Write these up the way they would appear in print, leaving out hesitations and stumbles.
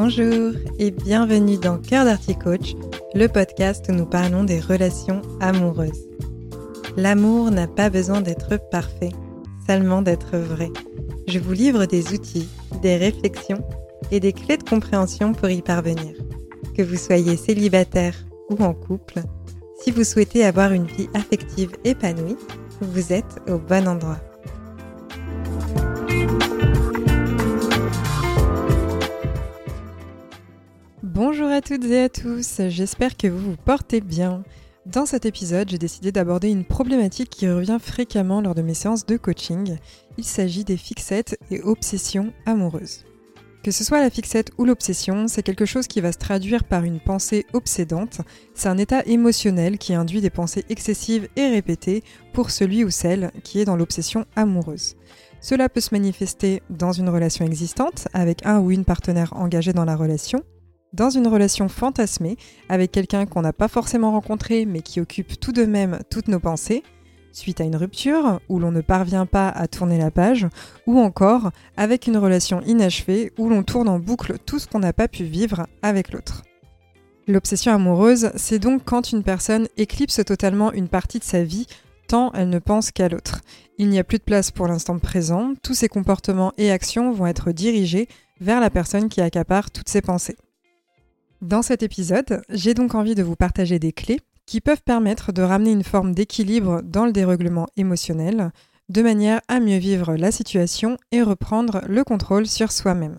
Bonjour et bienvenue dans Cœur d'Arty Coach, le podcast où nous parlons des relations amoureuses. L'amour n'a pas besoin d'être parfait, seulement d'être vrai. Je vous livre des outils, des réflexions et des clés de compréhension pour y parvenir. Que vous soyez célibataire ou en couple, si vous souhaitez avoir une vie affective épanouie, vous êtes au bon endroit. Bonjour à toutes et à tous, j'espère que vous vous portez bien. Dans cet épisode, j'ai décidé d'aborder une problématique qui revient fréquemment lors de mes séances de coaching. Il s'agit des fixettes et obsessions amoureuses. Que ce soit la fixette ou l'obsession, c'est quelque chose qui va se traduire par une pensée obsédante. C'est un état émotionnel qui induit des pensées excessives et répétées pour celui ou celle qui est dans l'obsession amoureuse. Cela peut se manifester dans une relation existante, avec un ou une partenaire engagé dans la relation, dans une relation fantasmée, avec quelqu'un qu'on n'a pas forcément rencontré mais qui occupe tout de même toutes nos pensées, suite à une rupture où l'on ne parvient pas à tourner la page, ou encore avec une relation inachevée où l'on tourne en boucle tout ce qu'on n'a pas pu vivre avec l'autre. L'obsession amoureuse, c'est donc quand une personne éclipse totalement une partie de sa vie tant elle ne pense qu'à l'autre. Il n'y a plus de place pour l'instant présent, tous ses comportements et actions vont être dirigés vers la personne qui accapare toutes ses pensées. Dans cet épisode, j'ai donc envie de vous partager des clés qui peuvent permettre de ramener une forme d'équilibre dans le dérèglement émotionnel, de manière à mieux vivre la situation et reprendre le contrôle sur soi-même.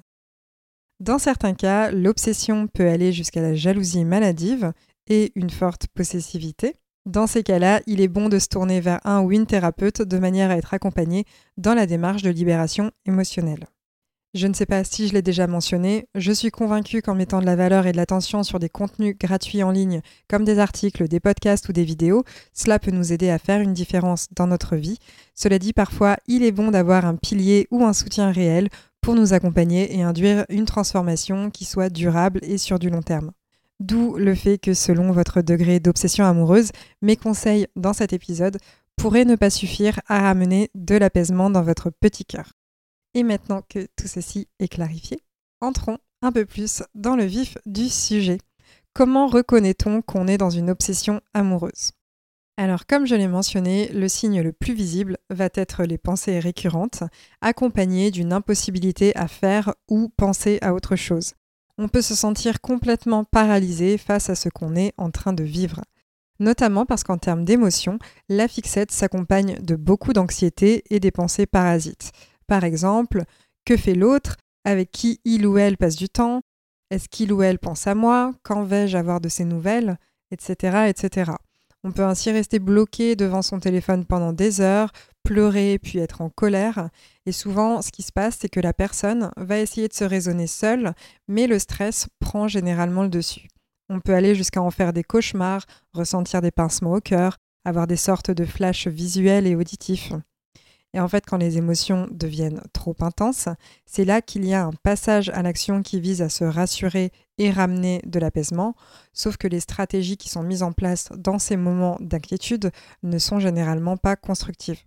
Dans certains cas, l'obsession peut aller jusqu'à la jalousie maladive et une forte possessivité. Dans ces cas-là, il est bon de se tourner vers un ou une thérapeute de manière à être accompagné dans la démarche de libération émotionnelle. Je ne sais pas si je l'ai déjà mentionné, je suis convaincue qu'en mettant de la valeur et de l'attention sur des contenus gratuits en ligne, comme des articles, des podcasts ou des vidéos, cela peut nous aider à faire une différence dans notre vie. Cela dit, parfois, il est bon d'avoir un pilier ou un soutien réel pour nous accompagner et induire une transformation qui soit durable et sur du long terme. D'où le fait que selon votre degré d'obsession amoureuse, mes conseils dans cet épisode pourraient ne pas suffire à ramener de l'apaisement dans votre petit cœur. Et maintenant que tout ceci est clarifié, entrons un peu plus dans le vif du sujet. Comment reconnaît-on qu'on est dans une obsession amoureuse ? Alors, comme je l'ai mentionné, le signe le plus visible va être les pensées récurrentes, accompagnées d'une impossibilité à faire ou penser à autre chose. On peut se sentir complètement paralysé face à ce qu'on est en train de vivre. Notamment parce qu'en termes d'émotions, la fixette s'accompagne de beaucoup d'anxiété et des pensées parasites. Par exemple, que fait l'autre ? Avec qui il ou elle passe du temps ? Est-ce qu'il ou elle pense à moi ? Quand vais-je avoir de ses nouvelles ? Etc., etc. On peut ainsi rester bloqué devant son téléphone pendant des heures, pleurer puis être en colère. Et souvent, ce qui se passe, c'est que la personne va essayer de se raisonner seule, mais le stress prend généralement le dessus. On peut aller jusqu'à en faire des cauchemars, ressentir des pincements au cœur, avoir des sortes de flashs visuels et auditifs. Et en fait, quand les émotions deviennent trop intenses, c'est là qu'il y a un passage à l'action qui vise à se rassurer et ramener de l'apaisement, sauf que les stratégies qui sont mises en place dans ces moments d'inquiétude ne sont généralement pas constructives.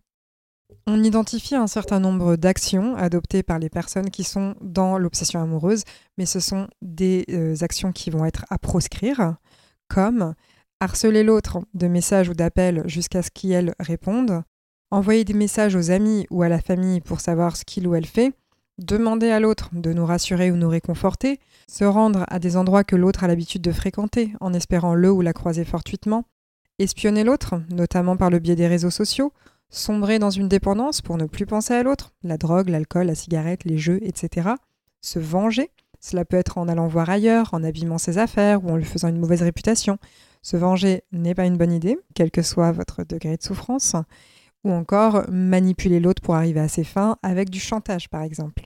On identifie un certain nombre d'actions adoptées par les personnes qui sont dans l'obsession amoureuse, mais ce sont des actions qui vont être à proscrire, comme harceler l'autre de messages ou d'appels jusqu'à ce qu'il réponde, envoyer des messages aux amis ou à la famille pour savoir ce qu'il ou elle fait, demander à l'autre de nous rassurer ou nous réconforter, se rendre à des endroits que l'autre a l'habitude de fréquenter en espérant le ou la croiser fortuitement, espionner l'autre, notamment par le biais des réseaux sociaux, sombrer dans une dépendance pour ne plus penser à l'autre, la drogue, l'alcool, la cigarette, les jeux, etc. Se venger, cela peut être en allant voir ailleurs, en abîmant ses affaires ou en lui faisant une mauvaise réputation. Se venger n'est pas une bonne idée, quel que soit votre degré de souffrance. Ou encore manipuler l'autre pour arriver à ses fins avec du chantage par exemple.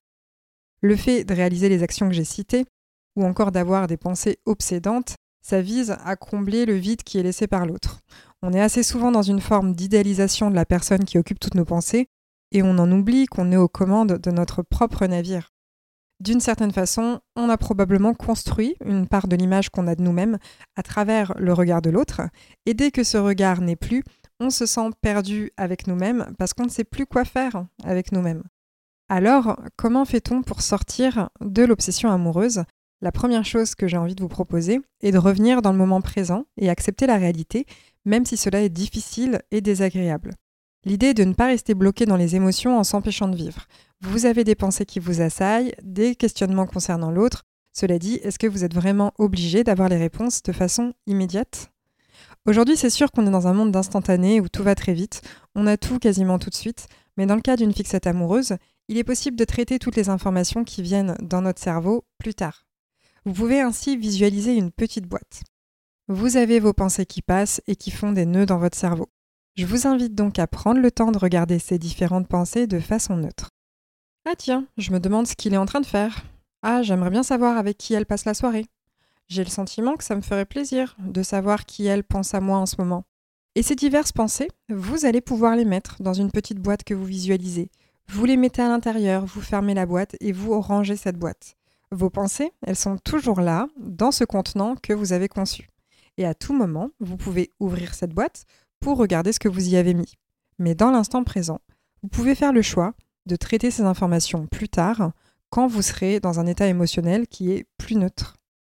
Le fait de réaliser les actions que j'ai citées, ou encore d'avoir des pensées obsédantes, ça vise à combler le vide qui est laissé par l'autre. On est assez souvent dans une forme d'idéalisation de la personne qui occupe toutes nos pensées, et on en oublie qu'on est aux commandes de notre propre navire. D'une certaine façon, on a probablement construit une part de l'image qu'on a de nous-mêmes à travers le regard de l'autre, et dès que ce regard n'est plus, on se sent perdu avec nous-mêmes parce qu'on ne sait plus quoi faire avec nous-mêmes. Alors, comment fait-on pour sortir de l'obsession amoureuse ? La première chose que j'ai envie de vous proposer est de revenir dans le moment présent et accepter la réalité, même si cela est difficile et désagréable. L'idée est de ne pas rester bloqué dans les émotions en s'empêchant de vivre. Vous avez des pensées qui vous assaillent, des questionnements concernant l'autre. Cela dit, est-ce que vous êtes vraiment obligé d'avoir les réponses de façon immédiate ? Aujourd'hui, c'est sûr qu'on est dans un monde d'instantané où tout va très vite, on a tout quasiment tout de suite, mais dans le cas d'une fixette amoureuse, il est possible de traiter toutes les informations qui viennent dans notre cerveau plus tard. Vous pouvez ainsi visualiser une petite boîte. Vous avez vos pensées qui passent et qui font des nœuds dans votre cerveau. Je vous invite donc à prendre le temps de regarder ces différentes pensées de façon neutre. Ah tiens, je me demande ce qu'il est en train de faire. Ah, j'aimerais bien savoir avec qui elle passe la soirée. J'ai le sentiment que ça me ferait plaisir de savoir qui elle pense à moi en ce moment. Et ces diverses pensées, vous allez pouvoir les mettre dans une petite boîte que vous visualisez. Vous les mettez à l'intérieur, vous fermez la boîte et vous rangez cette boîte. Vos pensées, elles sont toujours là, dans ce contenant que vous avez conçu. Et à tout moment, vous pouvez ouvrir cette boîte pour regarder ce que vous y avez mis. Mais dans l'instant présent, vous pouvez faire le choix de traiter ces informations plus tard, quand vous serez dans un état émotionnel qui est plus neutre.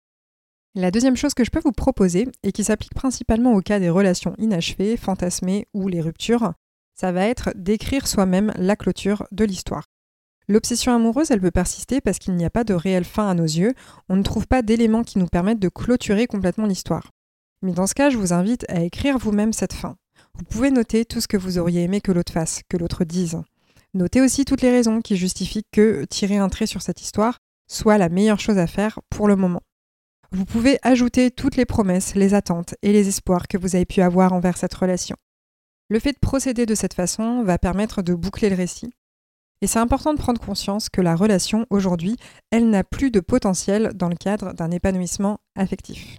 La deuxième chose que je peux vous proposer, et qui s'applique principalement au cas des relations inachevées, fantasmées ou les ruptures, ça va être d'écrire soi-même la clôture de l'histoire. L'obsession amoureuse, elle peut persister parce qu'il n'y a pas de réelle fin à nos yeux, on ne trouve pas d'éléments qui nous permettent de clôturer complètement l'histoire. Mais dans ce cas, je vous invite à écrire vous-même cette fin. Vous pouvez noter tout ce que vous auriez aimé que l'autre fasse, que l'autre dise. Notez aussi toutes les raisons qui justifient que tirer un trait sur cette histoire soit la meilleure chose à faire pour le moment. Vous pouvez ajouter toutes les promesses, les attentes et les espoirs que vous avez pu avoir envers cette relation. Le fait de procéder de cette façon va permettre de boucler le récit. Et c'est important de prendre conscience que la relation, aujourd'hui, elle n'a plus de potentiel dans le cadre d'un épanouissement affectif.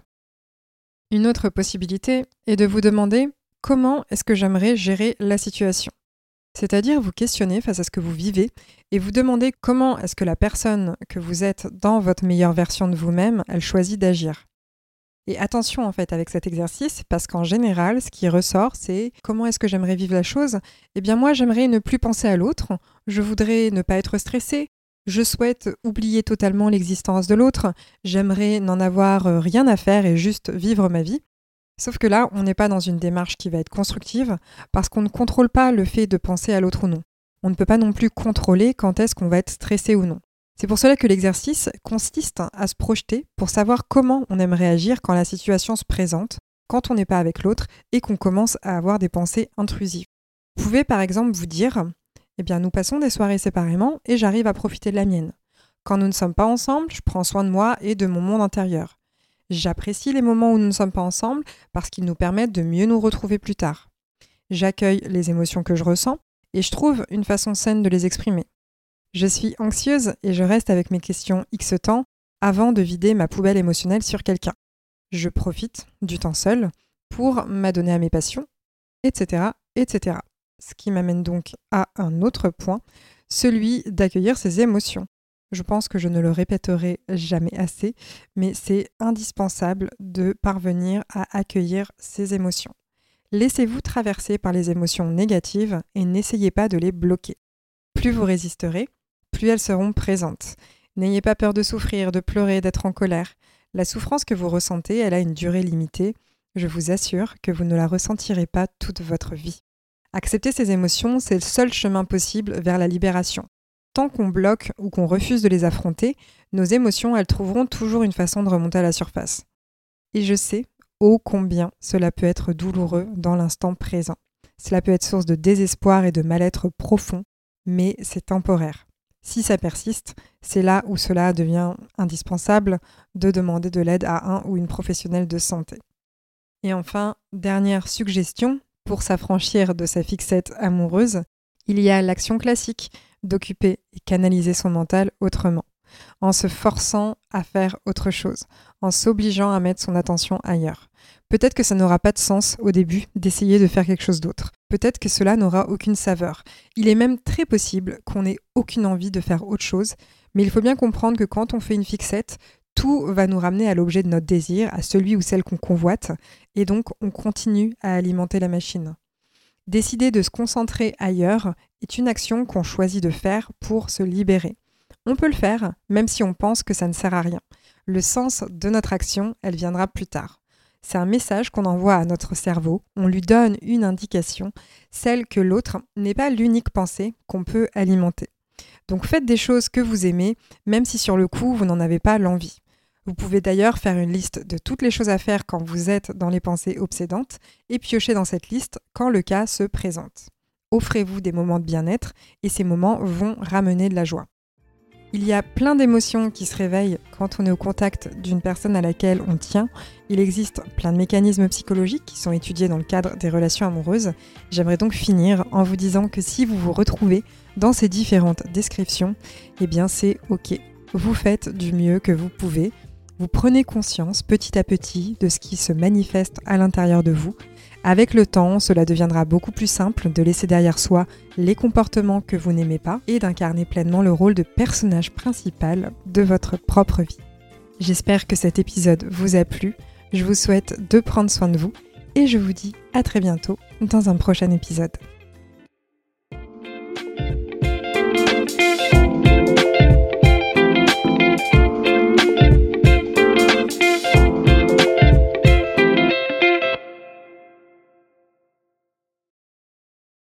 Une autre possibilité est de vous demander comment est-ce que j'aimerais gérer la situation. C'est-à-dire vous questionner face à ce que vous vivez et vous demander comment est-ce que la personne que vous êtes dans votre meilleure version de vous-même, elle choisit d'agir. Et attention en fait avec cet exercice, parce qu'en général, ce qui ressort, c'est comment est-ce que j'aimerais vivre la chose ? Eh bien moi, j'aimerais ne plus penser à l'autre, je voudrais ne pas être stressée, je souhaite oublier totalement l'existence de l'autre, j'aimerais n'en avoir rien à faire et juste vivre ma vie. Sauf que là, on n'est pas dans une démarche qui va être constructive parce qu'on ne contrôle pas le fait de penser à l'autre ou non. On ne peut pas non plus contrôler quand est-ce qu'on va être stressé ou non. C'est pour cela que l'exercice consiste à se projeter pour savoir comment on aimerait agir quand la situation se présente, quand on n'est pas avec l'autre et qu'on commence à avoir des pensées intrusives. Vous pouvez par exemple vous dire « Eh bien, nous passons des soirées séparément et j'arrive à profiter de la mienne. Quand nous ne sommes pas ensemble, je prends soin de moi et de mon monde intérieur. J'apprécie les moments où nous ne sommes pas ensemble parce qu'ils nous permettent de mieux nous retrouver plus tard. J'accueille les émotions que je ressens et je trouve une façon saine de les exprimer. Je suis anxieuse et je reste avec mes questions X temps avant de vider ma poubelle émotionnelle sur quelqu'un. Je profite du temps seul pour m'adonner à mes passions, etc., etc. Ce qui m'amène donc à un autre point, celui d'accueillir ses émotions. Je pense que je ne le répéterai jamais assez, mais c'est indispensable de parvenir à accueillir ses émotions. Laissez-vous traverser par les émotions négatives et n'essayez pas de les bloquer. Plus vous résisterez, plus elles seront présentes. N'ayez pas peur de souffrir, de pleurer, d'être en colère. La souffrance que vous ressentez, elle a une durée limitée. Je vous assure que vous ne la ressentirez pas toute votre vie. Accepter ces émotions, c'est le seul chemin possible vers la libération. Tant qu'on bloque ou qu'on refuse de les affronter, nos émotions, elles trouveront toujours une façon de remonter à la surface. Et je sais ô combien cela peut être douloureux dans l'instant présent. Cela peut être source de désespoir et de mal-être profond, mais c'est temporaire. Si ça persiste, c'est là où cela devient indispensable de demander de l'aide à un ou une professionnelle de santé. Et enfin, dernière suggestion, pour s'affranchir de sa fixette amoureuse, il y a l'action classique d'occuper et canaliser son mental autrement, en se forçant à faire autre chose, en s'obligeant à mettre son attention ailleurs. Peut-être que ça n'aura pas de sens au début d'essayer de faire quelque chose d'autre. Peut-être que cela n'aura aucune saveur. Il est même très possible qu'on n'ait aucune envie de faire autre chose, mais il faut bien comprendre que quand on fait une fixette, tout va nous ramener à l'objet de notre désir, à celui ou celle qu'on convoite, et donc on continue à alimenter la machine. Décider de se concentrer ailleurs est une action qu'on choisit de faire pour se libérer. On peut le faire, même si on pense que ça ne sert à rien. Le sens de notre action, elle viendra plus tard. C'est un message qu'on envoie à notre cerveau, on lui donne une indication, celle que l'autre n'est pas l'unique pensée qu'on peut alimenter. Donc faites des choses que vous aimez, même si sur le coup vous n'en avez pas l'envie. Vous pouvez d'ailleurs faire une liste de toutes les choses à faire quand vous êtes dans les pensées obsédantes et piocher dans cette liste quand le cas se présente. Offrez-vous des moments de bien-être et ces moments vont ramener de la joie. Il y a plein d'émotions qui se réveillent quand on est au contact d'une personne à laquelle on tient. Il existe plein de mécanismes psychologiques qui sont étudiés dans le cadre des relations amoureuses. J'aimerais donc finir en vous disant que si vous vous retrouvez dans ces différentes descriptions, eh bien c'est ok. Vous faites du mieux que vous pouvez. Vous prenez conscience petit à petit de ce qui se manifeste à l'intérieur de vous. Avec le temps, cela deviendra beaucoup plus simple de laisser derrière soi les comportements que vous n'aimez pas et d'incarner pleinement le rôle de personnage principal de votre propre vie. J'espère que cet épisode vous a plu. Je vous souhaite de prendre soin de vous et je vous dis à très bientôt dans un prochain épisode.